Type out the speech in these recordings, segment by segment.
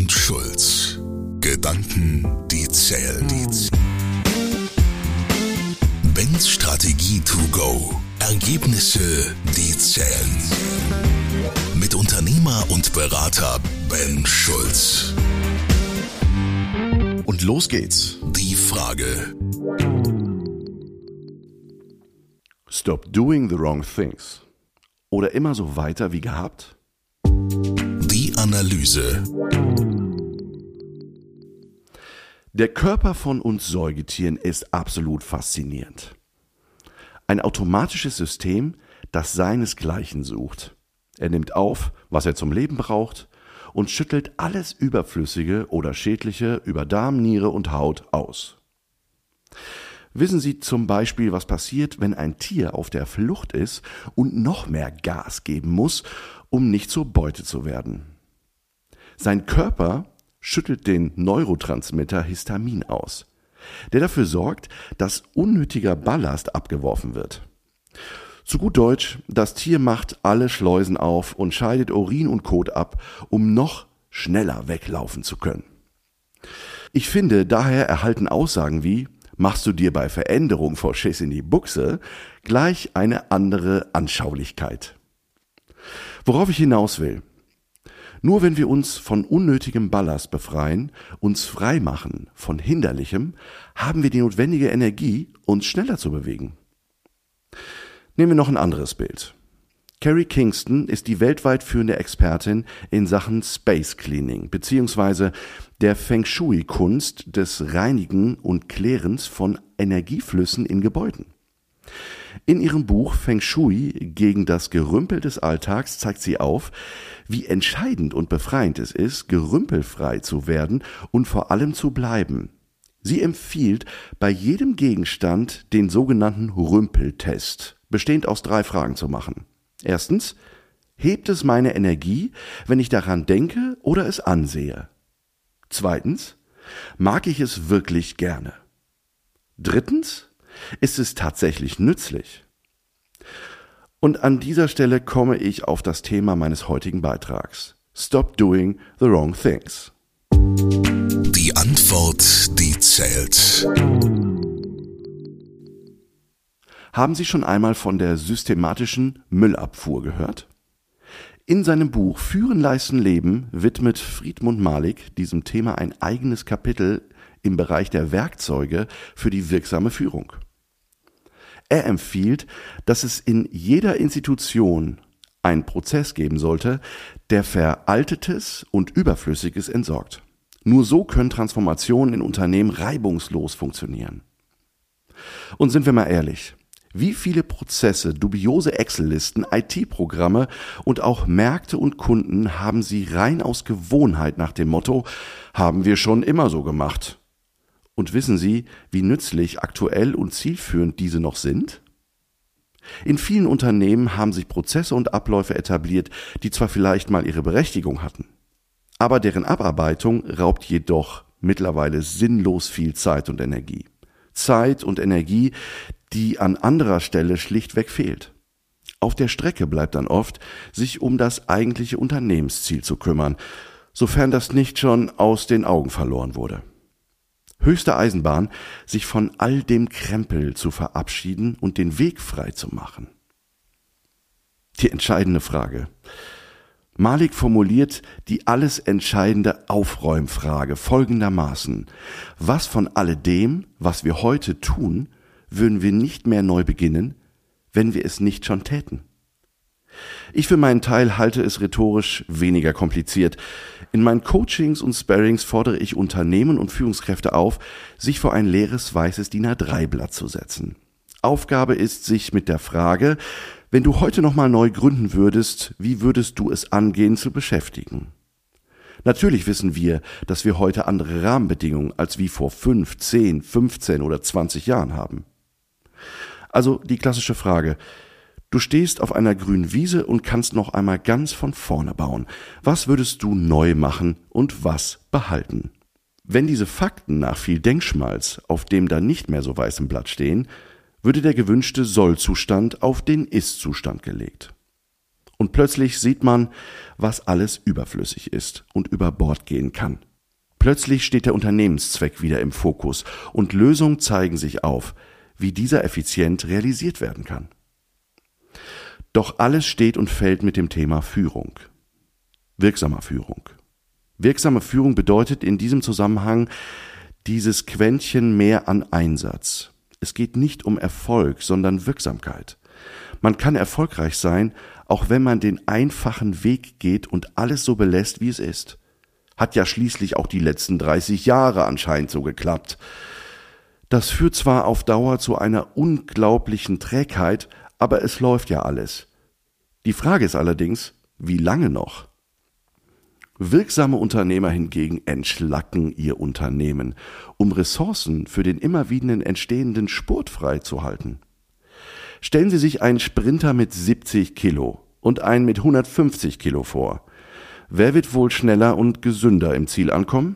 und Schulz. Gedanken, die zählen. Bens Strategie to go. Ergebnisse, die zählen. Mit Unternehmer und Berater Ben Schulz. Und los geht's. Die Frage. Stop doing the wrong things. Oder immer so weiter wie gehabt? Die Analyse. Der Körper von uns Säugetieren ist absolut faszinierend. Ein automatisches System, das seinesgleichen sucht. Er nimmt auf, was er zum Leben braucht und schüttelt alles Überflüssige oder Schädliche über Darm, Niere und Haut aus. Wissen Sie zum Beispiel, was passiert, wenn ein Tier auf der Flucht ist und noch mehr Gas geben muss, um nicht zur Beute zu werden? Sein Körper schüttelt den Neurotransmitter Histamin aus, der dafür sorgt, dass unnötiger Ballast abgeworfen wird. Zu gut Deutsch, das Tier macht alle Schleusen auf und scheidet Urin und Kot ab, um noch schneller weglaufen zu können. Ich finde, daher erhalten Aussagen wie „Machst du dir bei Veränderung vor Schiss in die Buchse?" gleich eine andere Anschaulichkeit. Worauf ich hinaus will: Nur wenn wir uns von unnötigem Ballast befreien, uns frei machen von Hinderlichem, haben wir die notwendige Energie, uns schneller zu bewegen. Nehmen wir noch ein anderes Bild. Carrie Kingston ist die weltweit führende Expertin in Sachen Space Cleaning bzw. der Feng Shui-Kunst des Reinigen und Klärens von Energieflüssen in Gebäuden. In ihrem Buch Feng Shui gegen das Gerümpel des Alltags zeigt sie auf, wie entscheidend und befreiend es ist, gerümpelfrei zu werden und vor allem zu bleiben. Sie empfiehlt, bei jedem Gegenstand den sogenannten Rümpeltest, bestehend aus 3 Fragen zu machen. Erstens: Hebt es meine Energie, wenn ich daran denke oder es ansehe? Zweitens: Mag ich es wirklich gerne? Drittens: Ist es tatsächlich nützlich? Und an dieser Stelle komme ich auf das Thema meines heutigen Beitrags. Stop doing the wrong things. Die Antwort, die zählt. Haben Sie schon einmal von der systematischen Müllabfuhr gehört? In seinem Buch Führen, Leisten, Leben widmet Friedmund Malik diesem Thema ein eigenes Kapitel im Bereich der Werkzeuge für die wirksame Führung. Er empfiehlt, dass es in jeder Institution einen Prozess geben sollte, der Veraltetes und Überflüssiges entsorgt. Nur so können Transformationen in Unternehmen reibungslos funktionieren. Und sind wir mal ehrlich: Wie viele Prozesse, dubiose Excel-Listen, IT-Programme und auch Märkte und Kunden haben Sie rein aus Gewohnheit nach dem Motto „Haben wir schon immer so gemacht"? Und wissen Sie, wie nützlich, aktuell und zielführend diese noch sind? In vielen Unternehmen haben sich Prozesse und Abläufe etabliert, die zwar vielleicht mal ihre Berechtigung hatten, aber deren Abarbeitung raubt jedoch mittlerweile sinnlos viel Zeit und Energie. Zeit und Energie, die an anderer Stelle schlichtweg fehlt. Auf der Strecke bleibt dann oft, sich um das eigentliche Unternehmensziel zu kümmern, sofern das nicht schon aus den Augen verloren wurde. Höchste Eisenbahn, sich von all dem Krempel zu verabschieden und den Weg frei zu machen. Die entscheidende Frage. Malik formuliert die alles entscheidende Aufräumfrage folgendermaßen: Was von alledem, was wir heute tun, würden wir nicht mehr neu beginnen, wenn wir es nicht schon täten? Ich für meinen Teil halte es rhetorisch weniger kompliziert. In meinen Coachings und Sparrings fordere ich Unternehmen und Führungskräfte auf, sich vor ein leeres weißes DIN A3-Blatt zu setzen. Aufgabe ist, sich mit der Frage: Wenn du heute nochmal neu gründen würdest, wie würdest du es angehen, zu beschäftigen? Natürlich wissen wir, dass wir heute andere Rahmenbedingungen als wie vor 5, 10, 15 oder 20 Jahren haben. Also die klassische Frage: Du stehst auf einer grünen Wiese und kannst noch einmal ganz von vorne bauen. Was würdest du neu machen und was behalten? Wenn diese Fakten nach viel Denkschmalz auf dem dann nicht mehr so weißen Blatt stehen, würde der gewünschte Soll-Zustand auf den Ist-Zustand gelegt. Und plötzlich sieht man, was alles überflüssig ist und über Bord gehen kann. Plötzlich steht der Unternehmenszweck wieder im Fokus und Lösungen zeigen sich auf, wie dieser effizient realisiert werden kann. Doch alles steht und fällt mit dem Thema Führung. Wirksamer Führung. Wirksame Führung bedeutet in diesem Zusammenhang dieses Quäntchen mehr an Einsatz. Es geht nicht um Erfolg, sondern Wirksamkeit. Man kann erfolgreich sein, auch wenn man den einfachen Weg geht und alles so belässt, wie es ist. Hat ja schließlich auch die letzten 30 Jahre anscheinend so geklappt. Das führt zwar auf Dauer zu einer unglaublichen Trägheit, aber es läuft ja alles. Die Frage ist allerdings, wie lange noch? Wirksame Unternehmer hingegen entschlacken ihr Unternehmen, um Ressourcen für den immer wieder entstehenden Spurt freizuhalten. Stellen Sie sich einen Sprinter mit 70 Kilo und einen mit 150 Kilo vor. Wer wird wohl schneller und gesünder im Ziel ankommen?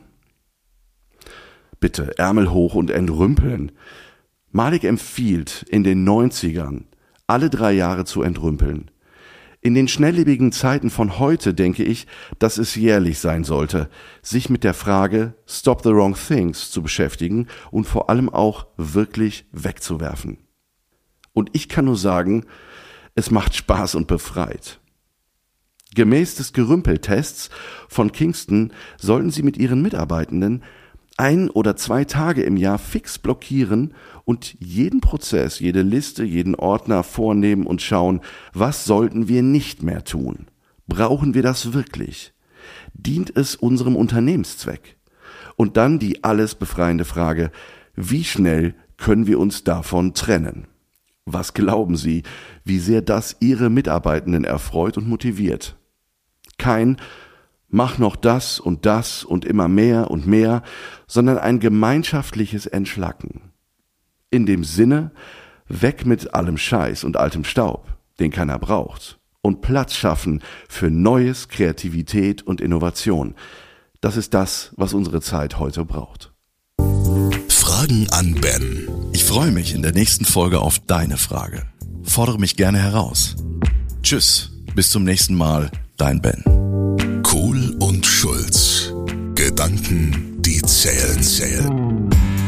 Bitte Ärmel hoch und entrümpeln. Malik empfiehlt in den 90ern, alle 3 Jahre zu entrümpeln. In den schnelllebigen Zeiten von heute denke ich, dass es jährlich sein sollte, sich mit der Frage Stop the Wrong Things zu beschäftigen und vor allem auch wirklich wegzuwerfen. Und ich kann nur sagen, es macht Spaß und befreit. Gemäß des Gerümpeltests von Kingston sollten Sie mit Ihren Mitarbeitenden 1 oder 2 Tage im Jahr fix blockieren und jeden Prozess, jede Liste, jeden Ordner vornehmen und schauen, was sollten wir nicht mehr tun? Brauchen wir das wirklich? Dient es unserem Unternehmenszweck? Und dann die alles befreiende Frage, wie schnell können wir uns davon trennen? Was glauben Sie, wie sehr das Ihre Mitarbeitenden erfreut und motiviert? Kein Mach noch das und immer mehr und mehr, sondern ein gemeinschaftliches Entschlacken. In dem Sinne, weg mit allem Scheiß und altem Staub, den keiner braucht, und Platz schaffen für Neues, Kreativität und Innovation. Das ist das, was unsere Zeit heute braucht. Fragen an Ben. Ich freue mich in der nächsten Folge auf deine Frage. Fordere mich gerne heraus. Tschüss, bis zum nächsten Mal, dein Ben. Kohl und Schulz. Gedanken, die zählen.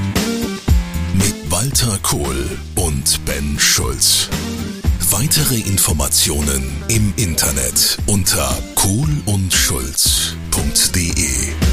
Mit Walter Kohl und Ben Schulz. Weitere Informationen im Internet unter kohlundschulz.de.